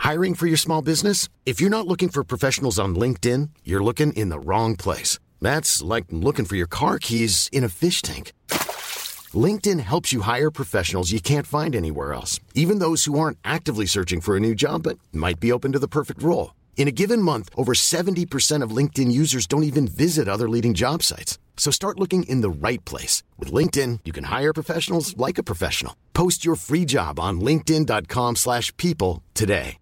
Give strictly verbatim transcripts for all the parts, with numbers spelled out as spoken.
Hiring for your small business? If you're not looking for professionals on LinkedIn, you're looking in the wrong place. That's like looking for your car keys in a fish tank. LinkedIn helps you hire professionals you can't find anywhere else, even those who aren't actively searching for a new job but might be open to the perfect role. In a given month, over seventy percent of LinkedIn users don't even visit other leading job sites. So start looking in the right place. With LinkedIn, you can hire professionals like a professional. Post your free job on linkedin.com slash people today.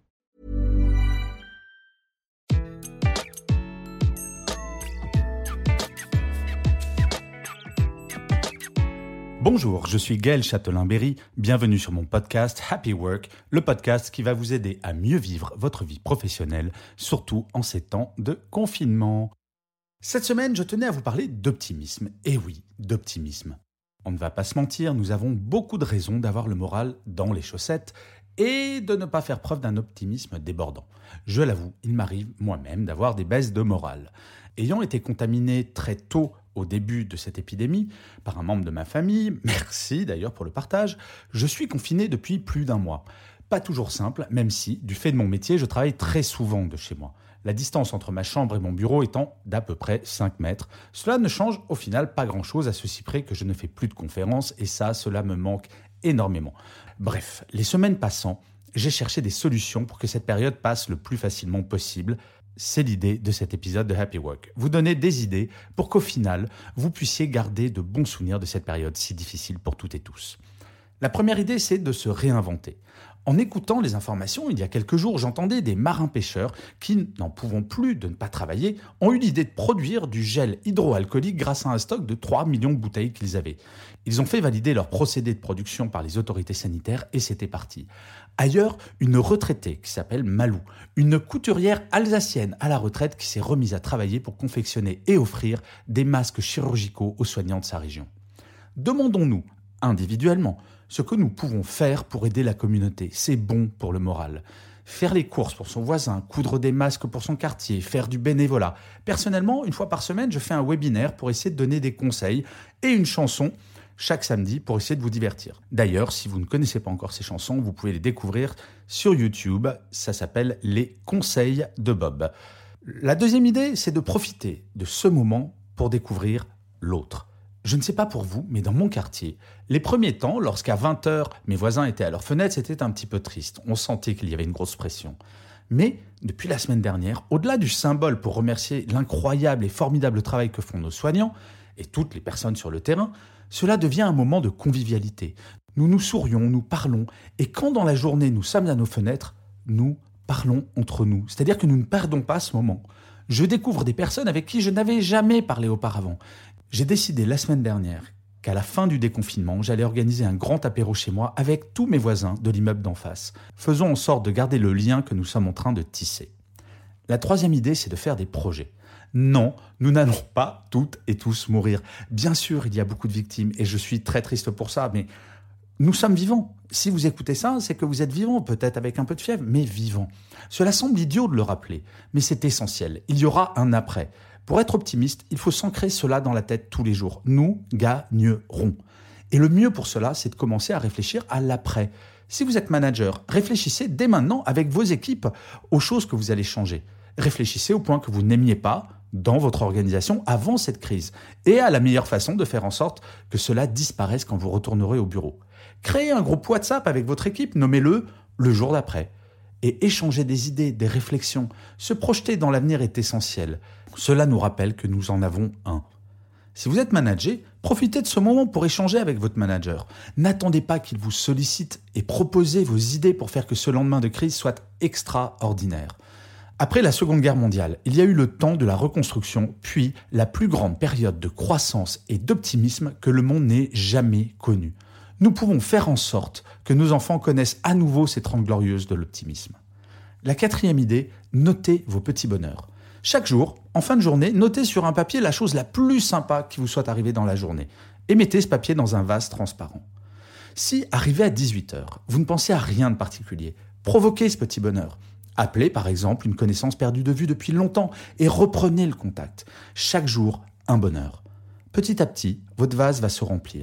Bonjour, je suis Gaël Châtelain-Berry, bienvenue sur mon podcast Happy Work, le podcast qui va vous aider à mieux vivre votre vie professionnelle, surtout en ces temps de confinement. Cette semaine, je tenais à vous parler d'optimisme. Et oui, d'optimisme. On ne va pas se mentir, nous avons beaucoup de raisons d'avoir le moral dans les chaussettes et de ne pas faire preuve d'un optimisme débordant. Je l'avoue, il m'arrive moi-même d'avoir des baisses de morale. Ayant été contaminé très tôt au début de cette épidémie par un membre de ma famille, merci d'ailleurs pour le partage, je suis confiné depuis plus d'un mois. Pas toujours simple, même si, du fait de mon métier, je travaille très souvent de chez moi. La distance entre ma chambre et mon bureau étant d'à peu près cinq mètres. Cela ne change au final pas grand-chose à ceci près que je ne fais plus de conférences et ça, cela me manque énormément. Bref, les semaines passant, j'ai cherché des solutions pour que cette période passe le plus facilement possible. C'est l'idée de cet épisode de Happy Work. Vous donner des idées pour qu'au final, vous puissiez garder de bons souvenirs de cette période si difficile pour toutes et tous. La première idée, c'est de se réinventer. En écoutant les informations, il y a quelques jours, j'entendais des marins-pêcheurs qui, n'en pouvant plus de ne pas travailler, ont eu l'idée de produire du gel hydroalcoolique grâce à un stock de trois millions de bouteilles qu'ils avaient. Ils ont fait valider leur procédé de production par les autorités sanitaires et c'était parti. Ailleurs, une retraitée qui s'appelle Malou, une couturière alsacienne à la retraite qui s'est remise à travailler pour confectionner et offrir des masques chirurgicaux aux soignants de sa région. Demandons-nous, individuellement, ce que nous pouvons faire pour aider la communauté. C'est bon pour le moral. Faire les courses pour son voisin, coudre des masques pour son quartier, faire du bénévolat. Personnellement, une fois par semaine, je fais un webinaire pour essayer de donner des conseils et une chanson chaque samedi pour essayer de vous divertir. D'ailleurs, si vous ne connaissez pas encore ces chansons, vous pouvez les découvrir sur YouTube. Ça s'appelle Les Conseils de Bob. La deuxième idée, c'est de profiter de ce moment pour découvrir l'autre. Je ne sais pas pour vous, mais dans mon quartier, les premiers temps, lorsqu'à vingt heures, mes voisins étaient à leur fenêtre, c'était un petit peu triste. On sentait qu'il y avait une grosse pression. Mais depuis la semaine dernière, au-delà du symbole pour remercier l'incroyable et formidable travail que font nos soignants et toutes les personnes sur le terrain, cela devient un moment de convivialité. Nous nous sourions, nous parlons, et quand dans la journée nous sommes à nos fenêtres, nous parlons entre nous. C'est-à-dire que nous ne perdons pas ce moment. Je découvre des personnes avec qui je n'avais jamais parlé auparavant. J'ai décidé la semaine dernière qu'à la fin du déconfinement, j'allais organiser un grand apéro chez moi avec tous mes voisins de l'immeuble d'en face. Faisons en sorte de garder le lien que nous sommes en train de tisser. La troisième idée, c'est de faire des projets. Non, nous n'allons pas toutes et tous mourir. Bien sûr, il y a beaucoup de victimes et je suis très triste pour ça, mais nous sommes vivants. Si vous écoutez ça, c'est que vous êtes vivants, peut-être avec un peu de fièvre, mais vivants. Cela semble idiot de le rappeler, mais c'est essentiel. Il y aura un après. Pour être optimiste, il faut s'ancrer cela dans la tête tous les jours. Nous gagnerons. Et le mieux pour cela, c'est de commencer à réfléchir à l'après. Si vous êtes manager, réfléchissez dès maintenant avec vos équipes aux choses que vous allez changer. Réfléchissez au point que vous n'aimiez pas dans votre organisation avant cette crise et à la meilleure façon de faire en sorte que cela disparaisse quand vous retournerez au bureau. Créez un groupe WhatsApp avec votre équipe, nommez-le le jour d'après. Et échanger des idées, des réflexions, se projeter dans l'avenir est essentiel. Cela nous rappelle que nous en avons un. Si vous êtes manager, profitez de ce moment pour échanger avec votre manager. N'attendez pas qu'il vous sollicite et proposez vos idées pour faire que ce lendemain de crise soit extraordinaire. Après la Seconde Guerre mondiale, il y a eu le temps de la reconstruction, puis la plus grande période de croissance et d'optimisme que le monde n'ait jamais connue. Nous pouvons faire en sorte que nos enfants connaissent à nouveau ces trente glorieuses de l'optimisme. La quatrième idée, notez vos petits bonheurs. Chaque jour, en fin de journée, notez sur un papier la chose la plus sympa qui vous soit arrivée dans la journée et mettez ce papier dans un vase transparent. Si, arrivé à dix-huit heures, vous ne pensez à rien de particulier, provoquez ce petit bonheur. Appelez par exemple une connaissance perdue de vue depuis longtemps et reprenez le contact. Chaque jour, un bonheur. Petit à petit, votre vase va se remplir.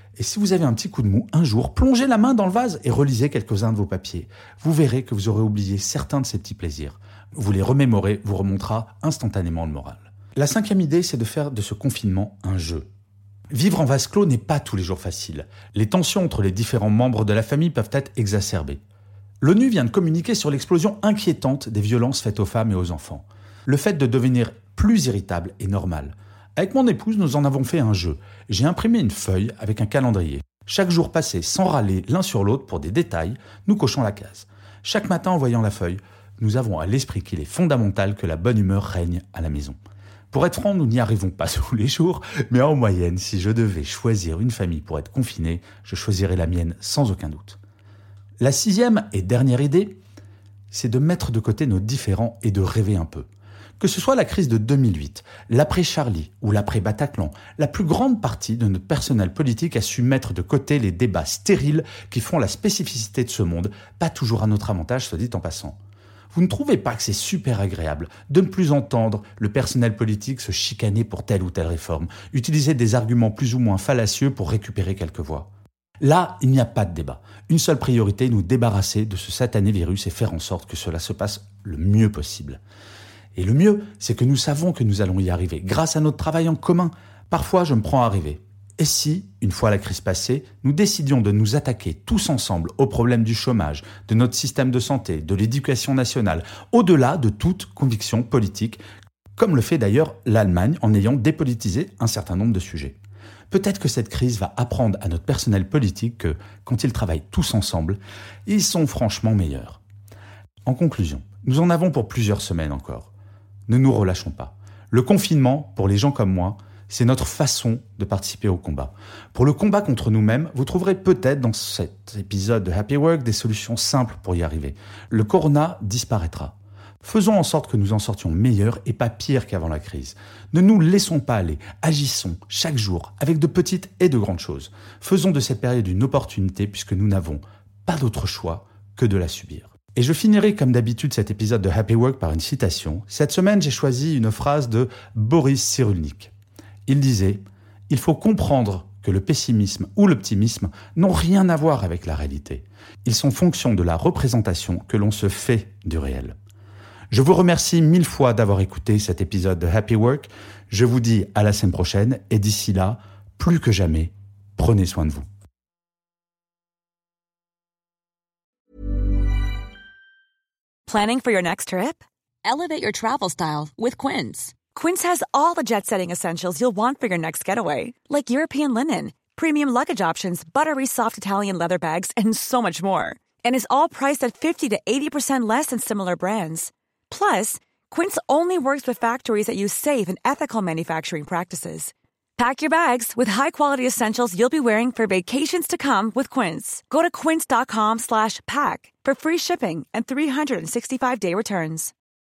Et si vous avez un petit coup de mou, un jour, plongez la main dans le vase et relisez quelques-uns de vos papiers. Vous verrez que vous aurez oublié certains de ces petits plaisirs. Vous les remémorez, vous remontera instantanément le moral. La cinquième idée, c'est de faire de ce confinement un jeu. Vivre en vase clos n'est pas tous les jours facile. Les tensions entre les différents membres de la famille peuvent être exacerbées. L'ONU vient de communiquer sur l'explosion inquiétante des violences faites aux femmes et aux enfants. Le fait de devenir plus irritable est normal. Avec mon épouse, nous en avons fait un jeu. J'ai imprimé une feuille avec un calendrier. Chaque jour passé sans râler l'un sur l'autre pour des détails, nous cochons la case. Chaque matin en voyant la feuille, nous avons à l'esprit qu'il est fondamental que la bonne humeur règne à la maison. Pour être franc, nous n'y arrivons pas tous les jours, mais en moyenne, si je devais choisir une famille pour être confinée, je choisirais la mienne sans aucun doute. La sixième et dernière idée, c'est de mettre de côté nos différends et de rêver un peu. Que ce soit la crise de deux mille huit, l'après-Charlie ou l'après-Bataclan, la plus grande partie de notre personnel politique a su mettre de côté les débats stériles qui font la spécificité de ce monde, pas toujours à notre avantage, soit dit en passant. Vous ne trouvez pas que c'est super agréable de ne plus entendre le personnel politique se chicaner pour telle ou telle réforme, utiliser des arguments plus ou moins fallacieux pour récupérer quelques voix? Là, il n'y a pas de débat. Une seule priorité, nous débarrasser de ce satané virus et faire en sorte que cela se passe le mieux possible. Et le mieux, c'est que nous savons que nous allons y arriver, grâce à notre travail en commun. Parfois, je me prends à rêver. Et si, une fois la crise passée, nous décidions de nous attaquer tous ensemble aux problèmes du chômage, de notre système de santé, de l'éducation nationale, au-delà de toute conviction politique, comme le fait d'ailleurs l'Allemagne en ayant dépolitisé un certain nombre de sujets. Peut-être que cette crise va apprendre à notre personnel politique que, quand ils travaillent tous ensemble, ils sont franchement meilleurs. En conclusion, nous en avons pour plusieurs semaines encore. Ne nous relâchons pas. Le confinement, pour les gens comme moi, c'est notre façon de participer au combat. Pour le combat contre nous-mêmes, vous trouverez peut-être dans cet épisode de Happy Work des solutions simples pour y arriver. Le corona disparaîtra. Faisons en sorte que nous en sortions meilleurs et pas pires qu'avant la crise. Ne nous laissons pas aller, agissons chaque jour avec de petites et de grandes choses. Faisons de cette période une opportunité puisque nous n'avons pas d'autre choix que de la subir. Et je finirai comme d'habitude cet épisode de Happy Work par une citation. Cette semaine, j'ai choisi une phrase de Boris Cyrulnik. Il disait « Il faut comprendre que le pessimisme ou l'optimisme n'ont rien à voir avec la réalité. Ils sont fonction de la représentation que l'on se fait du réel. » Je vous remercie mille fois d'avoir écouté cet épisode de Happy Work. Je vous dis à la semaine prochaine et d'ici là, plus que jamais, prenez soin de vous. Planning for your next trip? Elevate your travel style with Quince. Quince has all the jet-setting essentials you'll want for your next getaway, like European linen, premium luggage options, buttery soft Italian leather bags, and so much more. And is all priced at fifty to eighty percent less than similar brands. Plus, Quince only works with factories that use safe and ethical manufacturing practices. Pack your bags with high-quality essentials you'll be wearing for vacations to come with Quince. Go to quince.com slash pack for free shipping and three sixty-five day returns.